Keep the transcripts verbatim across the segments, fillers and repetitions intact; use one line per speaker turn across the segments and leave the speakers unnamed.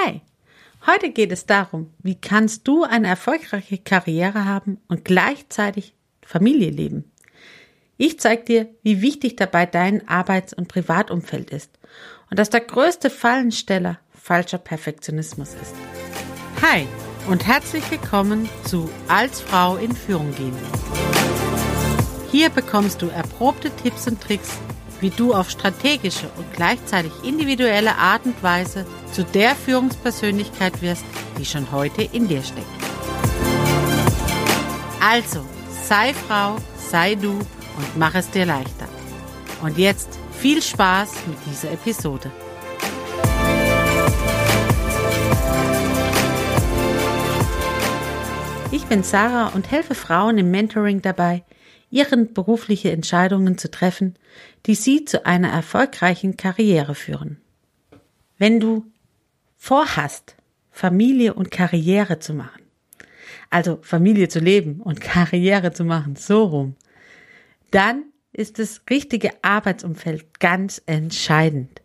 Hi, heute geht es darum, wie kannst du eine erfolgreiche Karriere haben und gleichzeitig Familie leben. Ich zeige dir, wie wichtig dabei dein Arbeits- und Privatumfeld ist und dass der größte Fallensteller falscher Perfektionismus ist. Hi und herzlich willkommen zu Als Frau in Führung gehen. Hier bekommst du erprobte Tipps und Tricks, wie du auf strategische und gleichzeitig individuelle Art und Weise zu der Führungspersönlichkeit wirst, die schon heute in dir steckt. Also, sei Frau, sei du und mach es dir leichter. Und jetzt viel Spaß mit dieser Episode. Ich bin Sarah und helfe Frauen im Mentoring dabei, ihre berufliche Entscheidungen zu treffen, die sie zu einer erfolgreichen Karriere führen. Wenn du vorhast, Familie und Karriere zu machen, also Familie zu leben und Karriere zu machen, so rum, dann ist das richtige Arbeitsumfeld ganz entscheidend.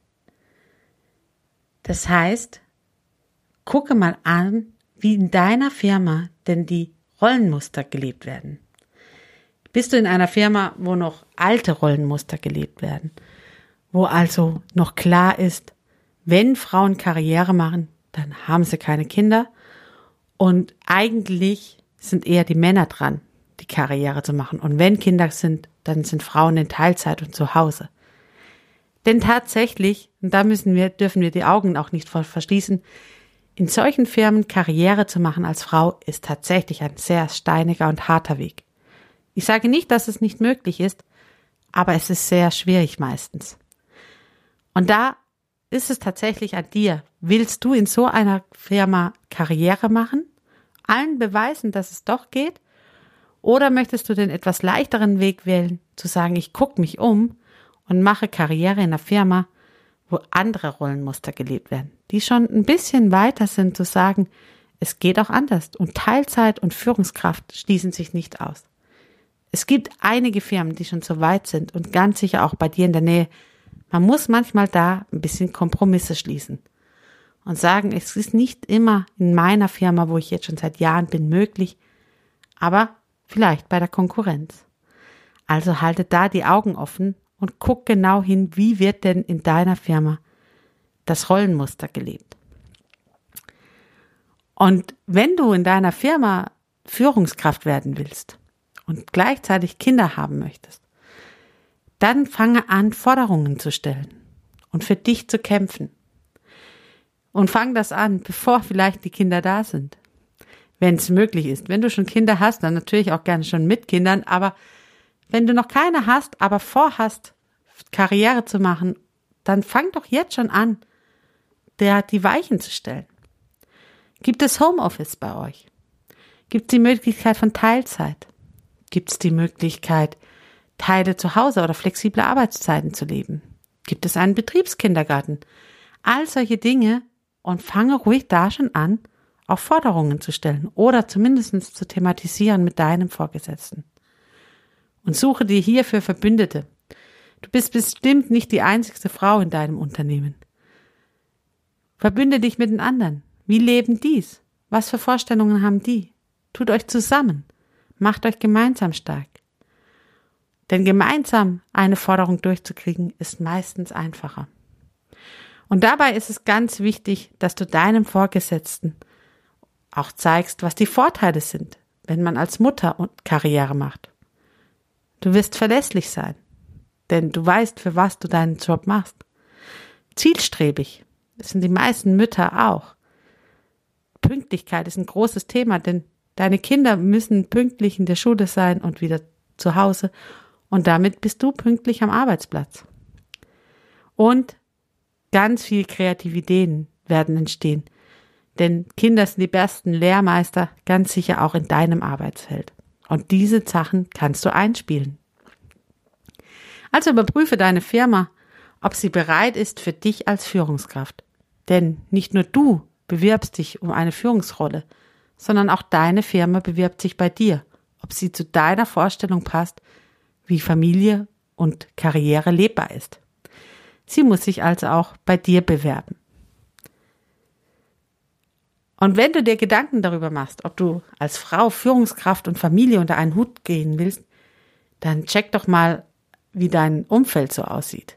Das heißt, gucke mal an, wie in deiner Firma denn die Rollenmuster gelebt werden. Bist du in einer Firma, wo noch alte Rollenmuster gelebt werden, wo also noch klar ist, wenn Frauen Karriere machen, dann haben sie keine Kinder und eigentlich sind eher die Männer dran, die Karriere zu machen. Und wenn Kinder sind, dann sind Frauen in Teilzeit und zu Hause. Denn tatsächlich, und da müssen wir, dürfen wir die Augen auch nicht verschließen, in solchen Firmen Karriere zu machen als Frau ist tatsächlich ein sehr steiniger und harter Weg. Ich sage nicht, dass es nicht möglich ist, aber es ist sehr schwierig meistens. Und da ist es tatsächlich an dir. Willst du in so einer Firma Karriere machen, allen beweisen, dass es doch geht? Oder möchtest du den etwas leichteren Weg wählen, zu sagen, ich gucke mich um und mache Karriere in einer Firma, wo andere Rollenmuster gelebt werden, die schon ein bisschen weiter sind, zu sagen, es geht auch anders und Teilzeit und Führungskraft schließen sich nicht aus. Es gibt einige Firmen, die schon so weit sind und ganz sicher auch bei dir in der Nähe. Man muss manchmal da ein bisschen Kompromisse schließen und sagen, es ist nicht immer in meiner Firma, wo ich jetzt schon seit Jahren bin, möglich, aber vielleicht bei der Konkurrenz. Also halte da die Augen offen und guck genau hin, wie wird denn in deiner Firma das Rollenmuster gelebt. Und wenn du in deiner Firma Führungskraft werden willst, und gleichzeitig Kinder haben möchtest, dann fange an, Forderungen zu stellen und für dich zu kämpfen. Und fang das an, bevor vielleicht die Kinder da sind, wenn es möglich ist. Wenn du schon Kinder hast, dann natürlich auch gerne schon mit Kindern, aber wenn du noch keine hast, aber vorhast, Karriere zu machen, dann fang doch jetzt schon an, der die Weichen zu stellen. Gibt es Homeoffice bei euch? Gibt es die Möglichkeit von Teilzeit? Gibt es die Möglichkeit, Teile zu Hause oder flexible Arbeitszeiten zu leben? Gibt es einen Betriebskindergarten? All solche Dinge und fange ruhig da schon an, auch Forderungen zu stellen oder zumindest zu thematisieren mit deinem Vorgesetzten. Und suche dir hierfür Verbündete. Du bist bestimmt nicht die einzigste Frau in deinem Unternehmen. Verbünde dich mit den anderen. Wie leben dies? Was für Vorstellungen haben die? Tut euch zusammen. Macht euch gemeinsam stark. Denn gemeinsam eine Forderung durchzukriegen, ist meistens einfacher. Und dabei ist es ganz wichtig, dass du deinem Vorgesetzten auch zeigst, was die Vorteile sind, wenn man als Mutter Karriere macht. Du wirst verlässlich sein, denn du weißt, für was du deinen Job machst. Zielstrebig, das sind die meisten Mütter auch. Pünktlichkeit ist ein großes Thema, denn deine Kinder müssen pünktlich in der Schule sein und wieder zu Hause und damit bist du pünktlich am Arbeitsplatz. Und ganz viel kreative Ideen werden entstehen, denn Kinder sind die besten Lehrmeister, ganz sicher auch in deinem Arbeitsfeld. Und diese Sachen kannst du einspielen. Also überprüfe deine Firma, ob sie bereit ist für dich als Führungskraft. Denn nicht nur du bewirbst dich um eine Führungsrolle, sondern auch deine Firma bewirbt sich bei dir, ob sie zu deiner Vorstellung passt, wie Familie und Karriere lebbar ist. Sie muss sich also auch bei dir bewerben. Und wenn du dir Gedanken darüber machst, ob du als Frau Führungskraft und Familie unter einen Hut gehen willst, dann check doch mal, wie dein Umfeld so aussieht.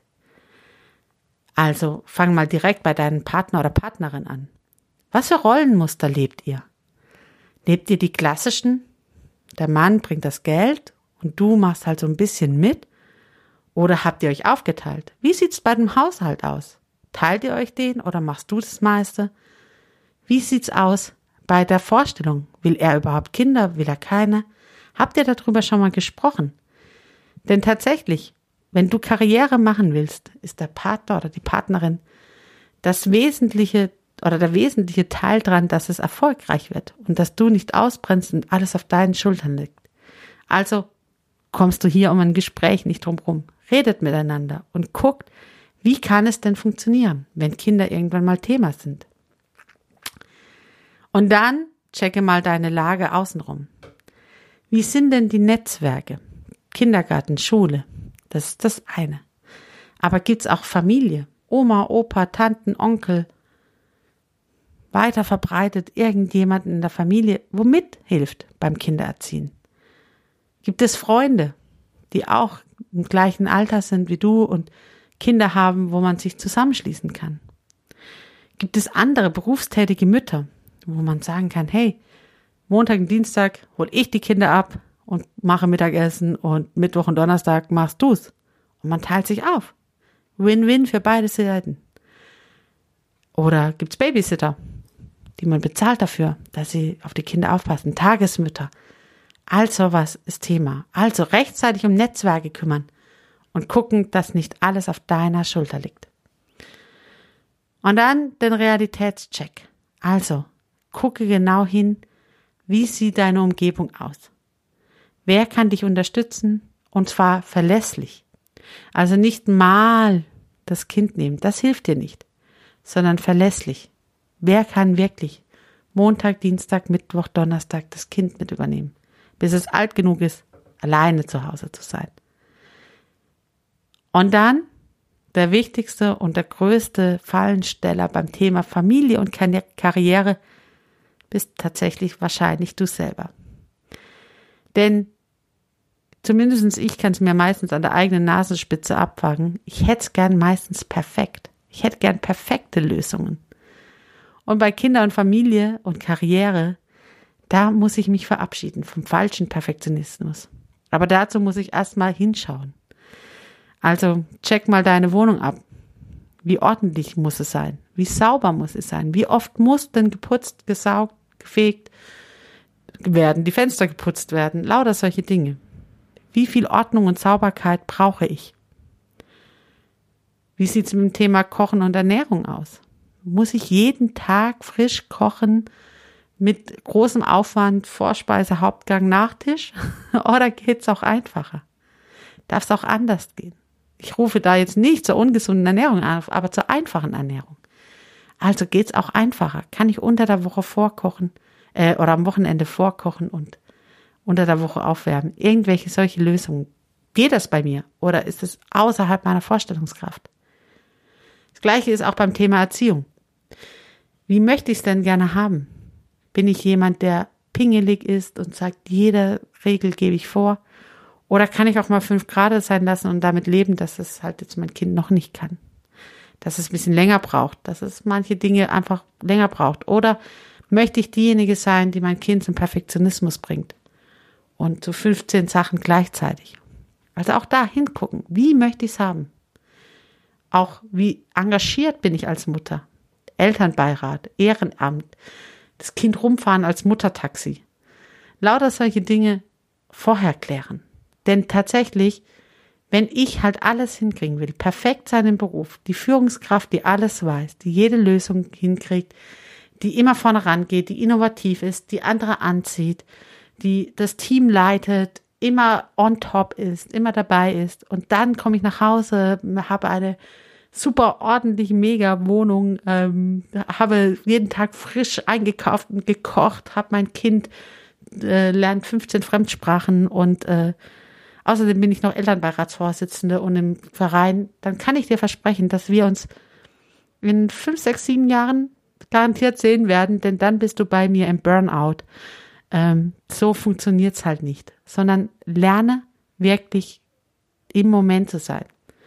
Also fang mal direkt bei deinem Partner oder Partnerin an. Was für Rollenmuster lebt ihr? Lebt ihr die klassischen? Der Mann bringt das Geld und du machst halt so ein bisschen mit? Oder habt ihr euch aufgeteilt? Wie sieht's bei dem Haushalt aus? Teilt ihr euch den oder machst du das meiste? Wie sieht's aus bei der Vorstellung? Will er überhaupt Kinder? Will er keine? Habt ihr darüber schon mal gesprochen? Denn tatsächlich, wenn du Karriere machen willst, ist der Partner oder die Partnerin das wesentliche oder der wesentliche Teil dran, dass es erfolgreich wird und dass du nicht ausbrennst und alles auf deinen Schultern liegt. Also kommst du hier um ein Gespräch nicht drum rum. Redet miteinander und guckt, wie kann es denn funktionieren, wenn Kinder irgendwann mal Thema sind. Und dann checke mal deine Lage außenrum. Wie sind denn die Netzwerke? Kindergarten, Schule, das ist das eine. Aber gibt's auch Familie? Oma, Opa, Tanten, Onkel? Weiter verbreitet irgendjemanden in der Familie, womit hilft beim Kindererziehen? Gibt es Freunde, die auch im gleichen Alter sind wie du und Kinder haben, wo man sich zusammenschließen kann? Gibt es andere berufstätige Mütter, wo man sagen kann, hey, Montag und Dienstag hol ich die Kinder ab und mache Mittagessen und Mittwoch und Donnerstag machst du's. Und man teilt sich auf. Win-win für beide Seiten. Oder gibt's Babysitter, die man bezahlt dafür, dass sie auf die Kinder aufpassen. Tagesmütter. All sowas ist Thema. Also rechtzeitig um Netzwerke kümmern und gucken, dass nicht alles auf deiner Schulter liegt. Und dann den Realitätscheck. Also gucke genau hin, wie sieht deine Umgebung aus? Wer kann dich unterstützen? Und zwar verlässlich. Also nicht mal das Kind nehmen, das hilft dir nicht, sondern verlässlich. Wer kann wirklich Montag, Dienstag, Mittwoch, Donnerstag das Kind mit übernehmen, bis es alt genug ist, alleine zu Hause zu sein? Und dann der wichtigste und der größte Fallensteller beim Thema Familie und Karriere bist tatsächlich wahrscheinlich du selber. Denn zumindest ich kann es mir meistens an der eigenen Nasenspitze abfangen. Ich hätte es gern meistens perfekt. Ich hätte gern perfekte Lösungen. Und bei Kinder und Familie und Karriere, da muss ich mich verabschieden vom falschen Perfektionismus. Aber dazu muss ich erstmal hinschauen. Also check mal deine Wohnung ab. Wie ordentlich muss es sein? Wie sauber muss es sein? Wie oft muss denn geputzt, gesaugt, gefegt werden, die Fenster geputzt werden? Lauter solche Dinge. Wie viel Ordnung und Sauberkeit brauche ich? Wie sieht es mit dem Thema Kochen und Ernährung aus? Muss ich jeden Tag frisch kochen mit großem Aufwand, Vorspeise, Hauptgang, Nachtisch? Oder geht es auch einfacher? Darf es auch anders gehen? Ich rufe da jetzt nicht zur ungesunden Ernährung auf, aber zur einfachen Ernährung. Also geht es auch einfacher. Kann ich unter der Woche vorkochen äh, oder am Wochenende vorkochen und unter der Woche aufwärmen? Irgendwelche solche Lösungen. Geht das bei mir oder ist es außerhalb meiner Vorstellungskraft? Das Gleiche ist auch beim Thema Erziehung. Wie möchte ich es denn gerne haben? Bin ich jemand, der pingelig ist und sagt, jede Regel gebe ich vor? Oder kann ich auch mal fünf Grad sein lassen und damit leben, dass es halt jetzt mein Kind noch nicht kann? Dass es ein bisschen länger braucht, dass es manche Dinge einfach länger braucht. Oder möchte ich diejenige sein, die mein Kind zum Perfektionismus bringt und zu fünfzehn Sachen gleichzeitig? Also auch da hingucken, wie möchte ich es haben? Auch wie engagiert bin ich als Mutter? Elternbeirat, Ehrenamt, das Kind rumfahren als Muttertaxi. Lauter solche Dinge vorher klären. Denn tatsächlich, wenn ich halt alles hinkriegen will, perfekt sein im Beruf, die Führungskraft, die alles weiß, die jede Lösung hinkriegt, die immer vorne rangeht, die innovativ ist, die andere anzieht, die das Team leitet, immer on top ist, immer dabei ist und dann komme ich nach Hause, habe eine super ordentliche Mega-Wohnung, ähm, habe jeden Tag frisch eingekauft und gekocht, habe mein Kind, äh, lernt fünfzehn Fremdsprachen und äh, außerdem bin ich noch Elternbeiratsvorsitzende und im Verein, dann kann ich dir versprechen, dass wir uns in fünf, sechs, sieben Jahren garantiert sehen werden, denn dann bist du bei mir im Burnout. Ähm, so funktioniert's halt nicht, sondern lerne wirklich im Moment zu sein.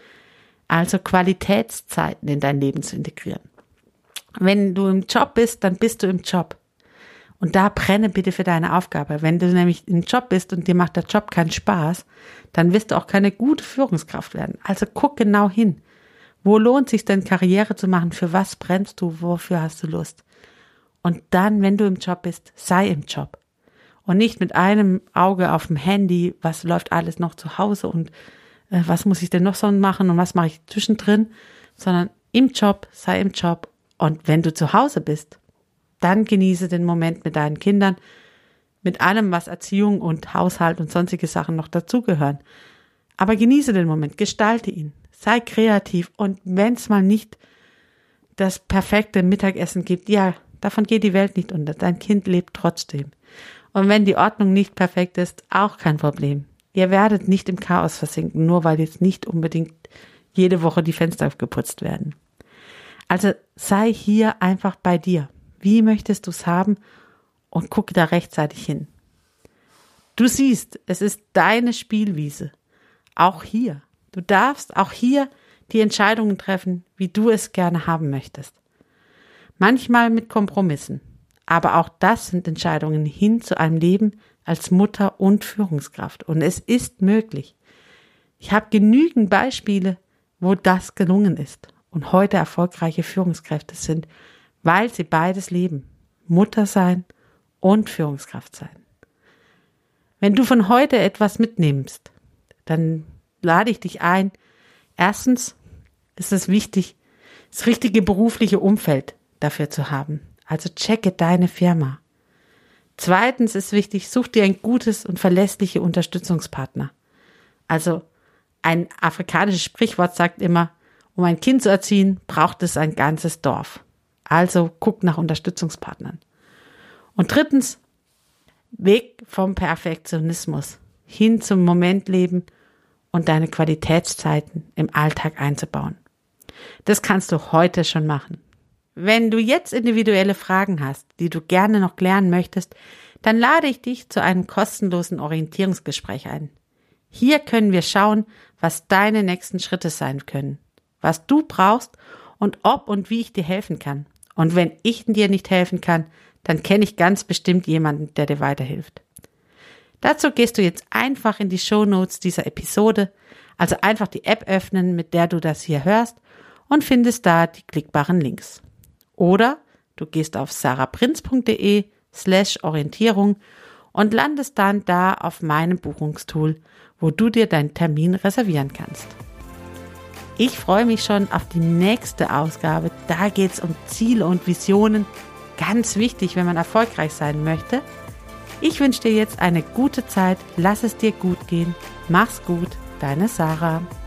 Also Qualitätszeiten in dein Leben zu integrieren. Wenn du im Job bist, dann bist du im Job. Und da brenne bitte für deine Aufgabe. Wenn du nämlich im Job bist und dir macht der Job keinen Spaß, dann wirst du auch keine gute Führungskraft werden. Also guck genau hin. Wo lohnt sich denn Karriere zu machen? Für was brennst du? Wofür hast du Lust? Und dann, wenn du im Job bist, sei im Job. Und nicht mit einem Auge auf dem Handy, was läuft alles noch zu Hause und äh, was muss ich denn noch so machen und was mache ich zwischendrin, sondern im Job, sei im Job. Und wenn du zu Hause bist, dann genieße den Moment mit deinen Kindern, mit allem, was Erziehung und Haushalt und sonstige Sachen noch dazugehören. Aber genieße den Moment, gestalte ihn, sei kreativ und wenn es mal nicht das perfekte Mittagessen gibt, ja, davon geht die Welt nicht unter, dein Kind lebt trotzdem. Und wenn die Ordnung nicht perfekt ist, auch kein Problem. Ihr werdet nicht im Chaos versinken, nur weil jetzt nicht unbedingt jede Woche die Fenster geputzt werden. Also sei hier einfach bei dir. Wie möchtest du es haben? Und gucke da rechtzeitig hin. Du siehst, es ist deine Spielwiese. Auch hier. Du darfst auch hier die Entscheidungen treffen, wie du es gerne haben möchtest. Manchmal mit Kompromissen. Aber auch das sind Entscheidungen hin zu einem Leben als Mutter und Führungskraft. Und es ist möglich. Ich habe genügend Beispiele, wo das gelungen ist und heute erfolgreiche Führungskräfte sind, weil sie beides leben. Mutter sein und Führungskraft sein. Wenn du von heute etwas mitnimmst, dann lade ich dich ein. Erstens ist es wichtig, das richtige berufliche Umfeld dafür zu haben. Also checke deine Firma. Zweitens ist wichtig, such dir ein gutes und verlässliche Unterstützungspartner. Also ein afrikanisches Sprichwort sagt immer, um ein Kind zu erziehen, braucht es ein ganzes Dorf. Also guck nach Unterstützungspartnern. Und drittens, weg vom Perfektionismus hin zum Momentleben und deine Qualitätszeiten im Alltag einzubauen. Das kannst du heute schon machen. Wenn du jetzt individuelle Fragen hast, die du gerne noch klären möchtest, dann lade ich dich zu einem kostenlosen Orientierungsgespräch ein. Hier können wir schauen, was deine nächsten Schritte sein können, was du brauchst und ob und wie ich dir helfen kann. Und wenn ich dir nicht helfen kann, dann kenne ich ganz bestimmt jemanden, der dir weiterhilft. Dazu gehst du jetzt einfach in die Shownotes dieser Episode, also einfach die App öffnen, mit der du das hier hörst und findest da die klickbaren Links. Oder du gehst auf sarahprinz.de slash Orientierung und landest dann da auf meinem Buchungstool, wo du dir deinen Termin reservieren kannst. Ich freue mich schon auf die nächste Ausgabe. Da geht es um Ziele und Visionen. Ganz wichtig, wenn man erfolgreich sein möchte. Ich wünsche dir jetzt eine gute Zeit. Lass es dir gut gehen. Mach's gut. Deine Sarah.